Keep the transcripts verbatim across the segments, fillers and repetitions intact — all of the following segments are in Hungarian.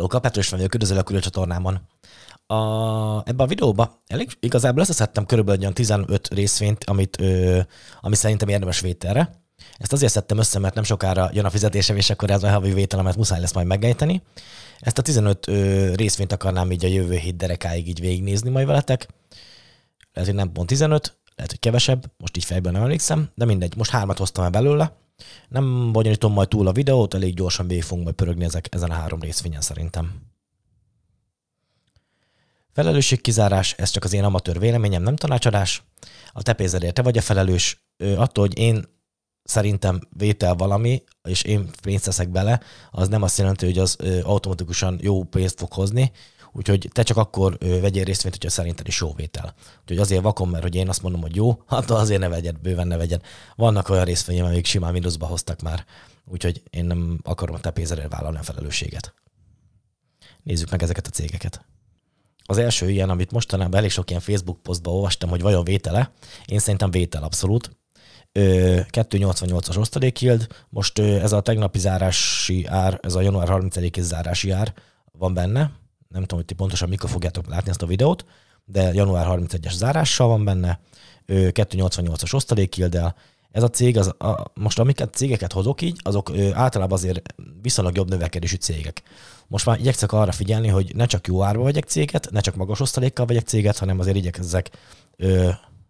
Halló, Petrus vagyok, üdvözöllek a külcsatornámon. A, ebben a videóban elég, igazából összeszedtem körülbelül olyan tizenöt részvényt, amit, ö, ami szerintem érdemes vételre. Ezt azért szedtem össze, mert nem sokára jön a fizetésem, és akkor ez a havi vételemet muszáj lesz majd megejteni. Ezt a tizenöt ö, részvényt akarnám így a jövő hét derekáig így végignézni majd veletek. Lehet, hogy nem pont tizenöt, lehet, hogy kevesebb, most így fejben nem emlékszem, de mindegy, most hármat hoztam el belőle. Nem bonyolítom majd túl a videót, elég gyorsan végig fogunk majd pörögni ezek, ezen a három részvényen szerintem. Felelősségkizárás, ez csak az én amatőr véleményem, nem tanácsadás. A te pénzedért te vagy a felelős. Attól, hogy én szerintem vétel valami, és én pénzt teszek bele, az nem azt jelenti, hogy az automatikusan jó pénzt fog hozni, úgyhogy te csak akkor vegyél részvényt, hogyha szerinted is jó vétel. Úgyhogy azért vakom, mert hogy én azt mondom, hogy jó, attól azért ne vegyed, bőven ne vegyed. Vannak olyan részvények, amik simán mínuszba hoztak már, úgyhogy én nem akarom a te pénzedért vállalni a felelősséget. Nézzük meg ezeket a cégeket. Az első ilyen, amit mostanában elég sok ilyen Facebook posztban olvastam, hogy vajon vétele, én szerintem vétel abszolút. kettő nyolcvannyolcas osztalék yield, most ez a tegnapi zárási ár, ez a január harmincadiki zárási ár van benne, nem tudom, hogy ti pontosan mikor fogjátok látni ezt a videót, de január harmincegyes zárással van benne, kettő nyolcvannyolcas osztalék yield-el. Ez a cég, az, a, most amiket cégeket hozok így, azok ö, általában azért viszonylag jobb növekedésű cégek. Most már igyekszek arra figyelni, hogy ne csak jó árba vegyek céget, ne csak magas osztalékkal vegyek céget, hanem azért igyekezzek ö,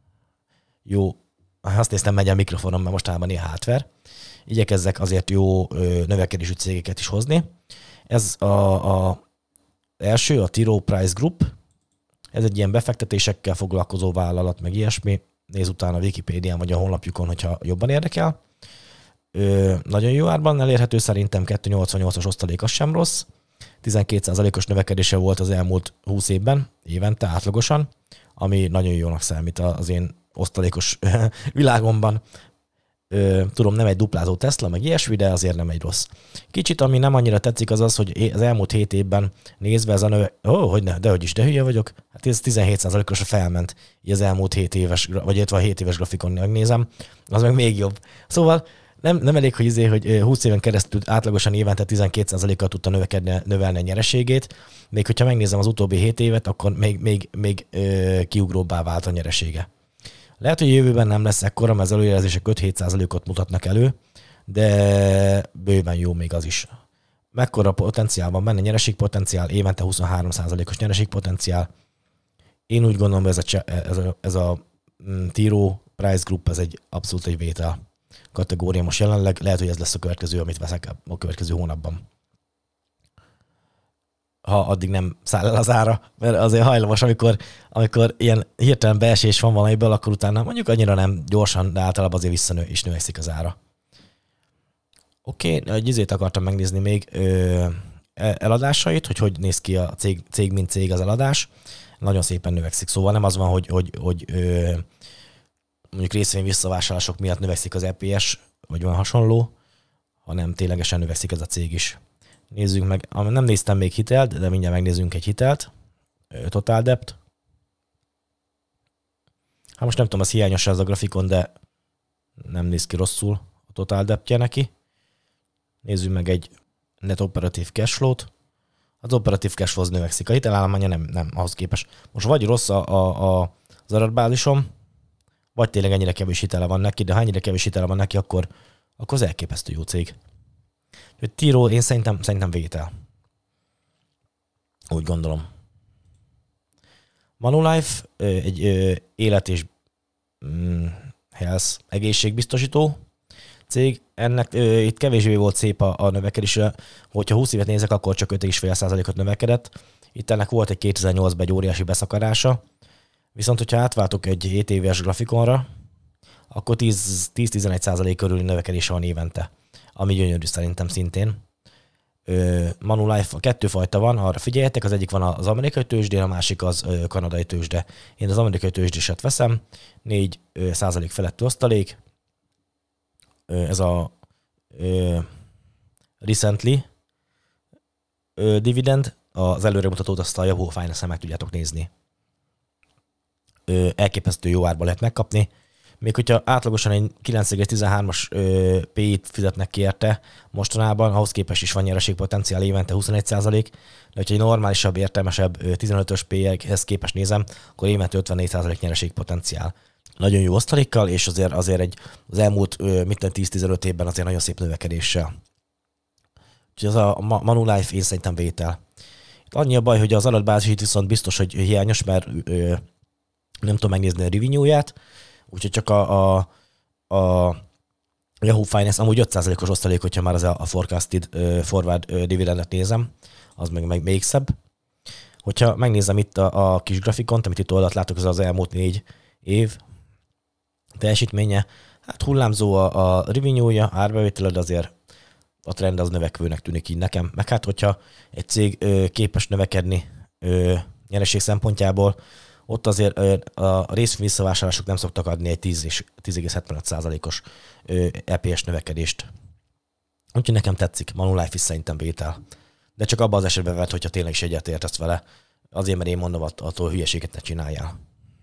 jó, azt néztem, megy a mikrofonom, mert mostában néha hátver. Igyekezzek azért jó ö, növekedésű cégeket is hozni. Ez a, a első, a T. Rowe Price Group. Ez egy ilyen befektetésekkel foglalkozó vállalat, meg ilyesmi. Nézz utána a Wikipédián vagy a honlapjukon, hogyha jobban érdekel. Ö, nagyon jó árban elérhető, szerintem kettő nyolcvannyolcas osztalék az sem rossz. tizenkét százalékos növekedése volt az elmúlt húsz évben, évente átlagosan, ami nagyon jónak számít az én osztalékos világomban. Ö, tudom, nem egy duplázó Tesla, meg ilyesmi, de azért nem egy rossz. Kicsit, ami nem annyira tetszik, az az, hogy az elmúlt hét évben nézve ez a növe... Ó, oh, hogy ne, dehogy is, de hülye vagyok. Hát ez tizenhét százalékosra felment így az elmúlt hét éves, vagy illetve a hét éves grafikon megnézem, az meg még jobb. Szóval nem, nem elég, hogy, izé, hogy húsz éven keresztül átlagosan évente tizenkét százalékkal tudta növekedni, növelni a nyereségét, még hogyha megnézem az utóbbi hét évet, akkor még, még, még ö, kiugróbbá vált a nyeresége. Lehet, hogy jövőben nem lesz ekkora, mert az előjelzések öt-hét százalékot mutatnak elő, de bőven jó még az is. Mekkora potenciál van benne, nyereségpotenciál, évente huszonhárom százalékos nyereségpotenciál. Én úgy gondolom, hogy ez a, ez a, ez a T. Rowe Price Group, ez egy abszolút egy vétel kategória most jelenleg. Lehet, hogy ez lesz a következő, amit veszek a következő hónapban. Ha addig nem száll el az ára, mert azért hajlamos, amikor, amikor ilyen hirtelen beesés van valamiből, akkor utána mondjuk annyira nem gyorsan, de általában azért visszanő és növekszik az ára. Oké, okay, egy izét akartam megnézni még ö, eladásait, hogy hogy néz ki a cég, cég mint cég az eladás. Nagyon szépen növekszik, szóval nem az van, hogy, hogy, hogy ö, mondjuk részvény visszavásárlások miatt növekszik az E P S, vagy van hasonló, hanem ténylegesen növekszik ez a cég is. Nézzük meg, nem néztem még hitelt, de mindjárt megnézzünk egy hitelt. Total Debt. Hát most nem tudom, az hiányos ez a grafikon, de nem néz ki rosszul a Total Debtje neki. Nézzük meg egy net operatív cashflow-t. Az operatív cashflow növekszik, a hitelállománya nem, nem ahhoz képest. Most vagy rossz a, a, a, az adatbázisom, vagy tényleg ennyire kevés hitele van neki, de ha ennyire kevés hitele van neki, akkor, akkor az elképesztő jó cég. T. Rowe én szerintem, szerintem vétel. Úgy gondolom. Manulife egy élet és health egészségbiztosító cég. Ennek itt kevésbé volt szép a, a növekedése. Hogyha húsz évet nézek, akkor csak öt egész öt százalékot növekedett. Itt ennek volt egy kétezer-nyolcban egy óriási beszakadása. Viszont, hogyha átváltok egy hét éves grafikonra, akkor tíz-tizenegy százalék körüli növekedése van évente, ami gyönyörű szerintem szintén. Manulife, kettő fajta van, arra figyeljetek, az egyik van az amerikai tőzsdén, a másik az kanadai tőzsde. Én az amerikai tőzsdéset veszem, négy százalék feletti osztalék. Ez a recently dividend, az előremutatót azt a Yahoo Finance-en meg tudjátok nézni. Elképesztő jó árba lehet megkapni. Még hogyha átlagosan egy kilenc egész tizenhármas pé i-t fizetnek ki érte mostanában, ahhoz képest is van nyereségpotenciál évente huszonegy százalék, de hogyha egy normálisabb, értelmesebb tizenötös pé i-hez képest nézem, akkor évente ötvennégy százalék nyereségpotenciál. Nagyon jó osztalékkal, és azért, azért egy, az elmúlt minden tíz-tizenöt évben azért nagyon szép növekedéssel. Úgyhogy az a Manulife én szerintem vétel. Itt annyi a baj, hogy az adatbázis viszont biztos, hogy hiányos, mert ö, nem tudom megnézni a revenue-ját, úgyhogy csak a, a, a Yahoo Finance amúgy öt százalékos osztalék, hogyha már az a forecasted uh, forward uh, dividendet nézem, az meg, meg még szebb. Hogyha megnézem itt a, a kis grafikont, amit itt oldalt látok, az az elmúlt négy év teljesítménye, hát hullámzó a, a revenue-ja, árbevétel, de azért a trend az növekvőnek tűnik így nekem. Meg hát, hogyha egy cég ö, képes növekedni ö, nyereség szempontjából, ott azért ö, a részvényvisszavásárlások nem szoktak adni egy tíz egész hetvenöt százalékos é pé es növekedést. Úgyhogy nekem tetszik, Manulife is szerintem vétel. De csak abban az esetben vett, hogyha tényleg is egyetértesz vele, azért, mert én mondom, attól hülyeséget ne csináljál.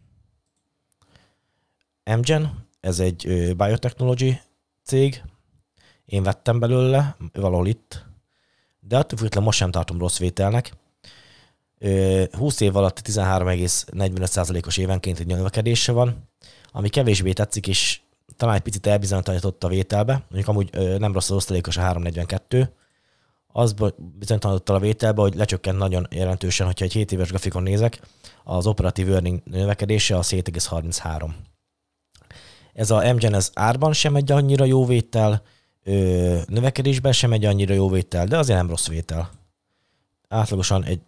Amgen, ez egy ö, biotechnology cég, én vettem belőle, valahol itt, de attól függetlenül most sem tartom rossz vételnek. húsz év alatt tizenhárom egész negyvenöt százalékos évenként egy növekedése van, ami kevésbé tetszik, és talán egy picit elbizonytalanított a vételbe, mondjuk amúgy nem rossz az osztalékos a három egész negyvenkettő, az bizonytalanította a vételbe, hogy lecsökkent nagyon jelentősen, hogyha egy hét éves grafikon nézek, az operatív earning növekedése az hét egész harminchárom. Ez a Amgen ez árban sem egy annyira jó vétel, Ö, növekedésben sem egy annyira jó vétel, de azért nem rossz vétel. Átlagosan egy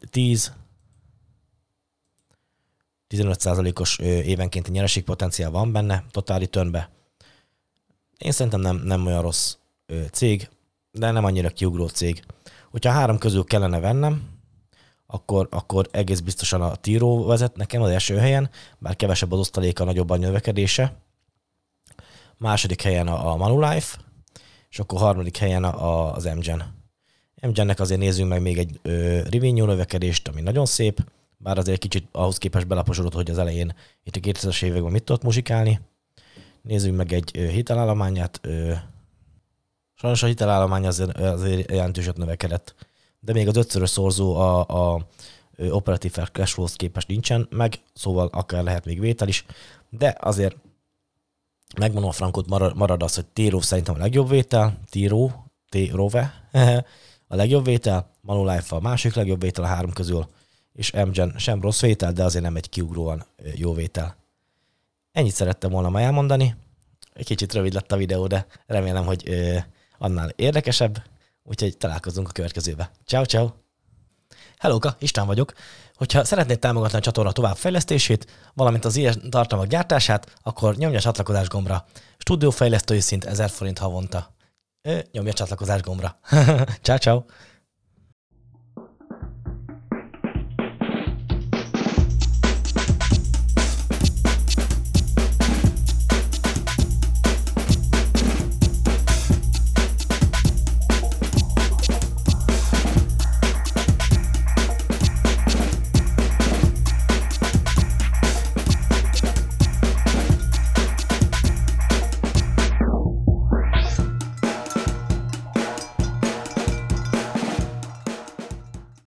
tíz-tizenöt százalékos évenkénti nyereségpotenciál van benne, total returnbe. Én szerintem nem, nem olyan rossz ö, cég, de nem annyira kiugró cég. Hogyha három közül kellene vennem, akkor, akkor egész biztosan a Tiro vezet nekem az első helyen, bár kevesebb az osztaléka, nagyobb a növekedése. Második helyen a, a Manulife, és akkor harmadik helyen a, az Amgen. Amgennek azért nézzünk meg még egy ö, revenue növekedést, ami nagyon szép, bár azért kicsit ahhoz képest belaposodott, hogy az elején itt a kétezres években mit tudott muzsikálni. Nézzünk meg egy ö, hitelállományát. Ö, sajnos a hitelállomány azért, azért jelentőset növekedett, de még az ötszörös szorzó a, a ö, operatív cash flow-hoz képest nincsen meg, szóval akár lehet még vétel is, de azért megmondom a frankot, marad az, hogy Tiro szerintem a legjobb vétel, Tiro, T-Rove, a legjobb vétel, Manulife a másik legjobb vétel a három közül, és Amgen sem rossz vétel, de azért nem egy kiugróan jó vétel. Ennyit szerettem volna ma elmondani. Egy kicsit rövid lett a videó, de remélem, hogy ö, annál érdekesebb, úgyhogy találkozunk a következőbe. Ciao, ciao! Hellóka, István vagyok. Hogyha szeretnéd támogatni a csatorna továbbfejlesztését, valamint az ilyen tartalmak gyártását, akkor nyomj a csatlakozás gombra. Stúdiófejlesztői szint ezer forint havonta. Nyomj a csatlakozás gombra. Ciao, ciao!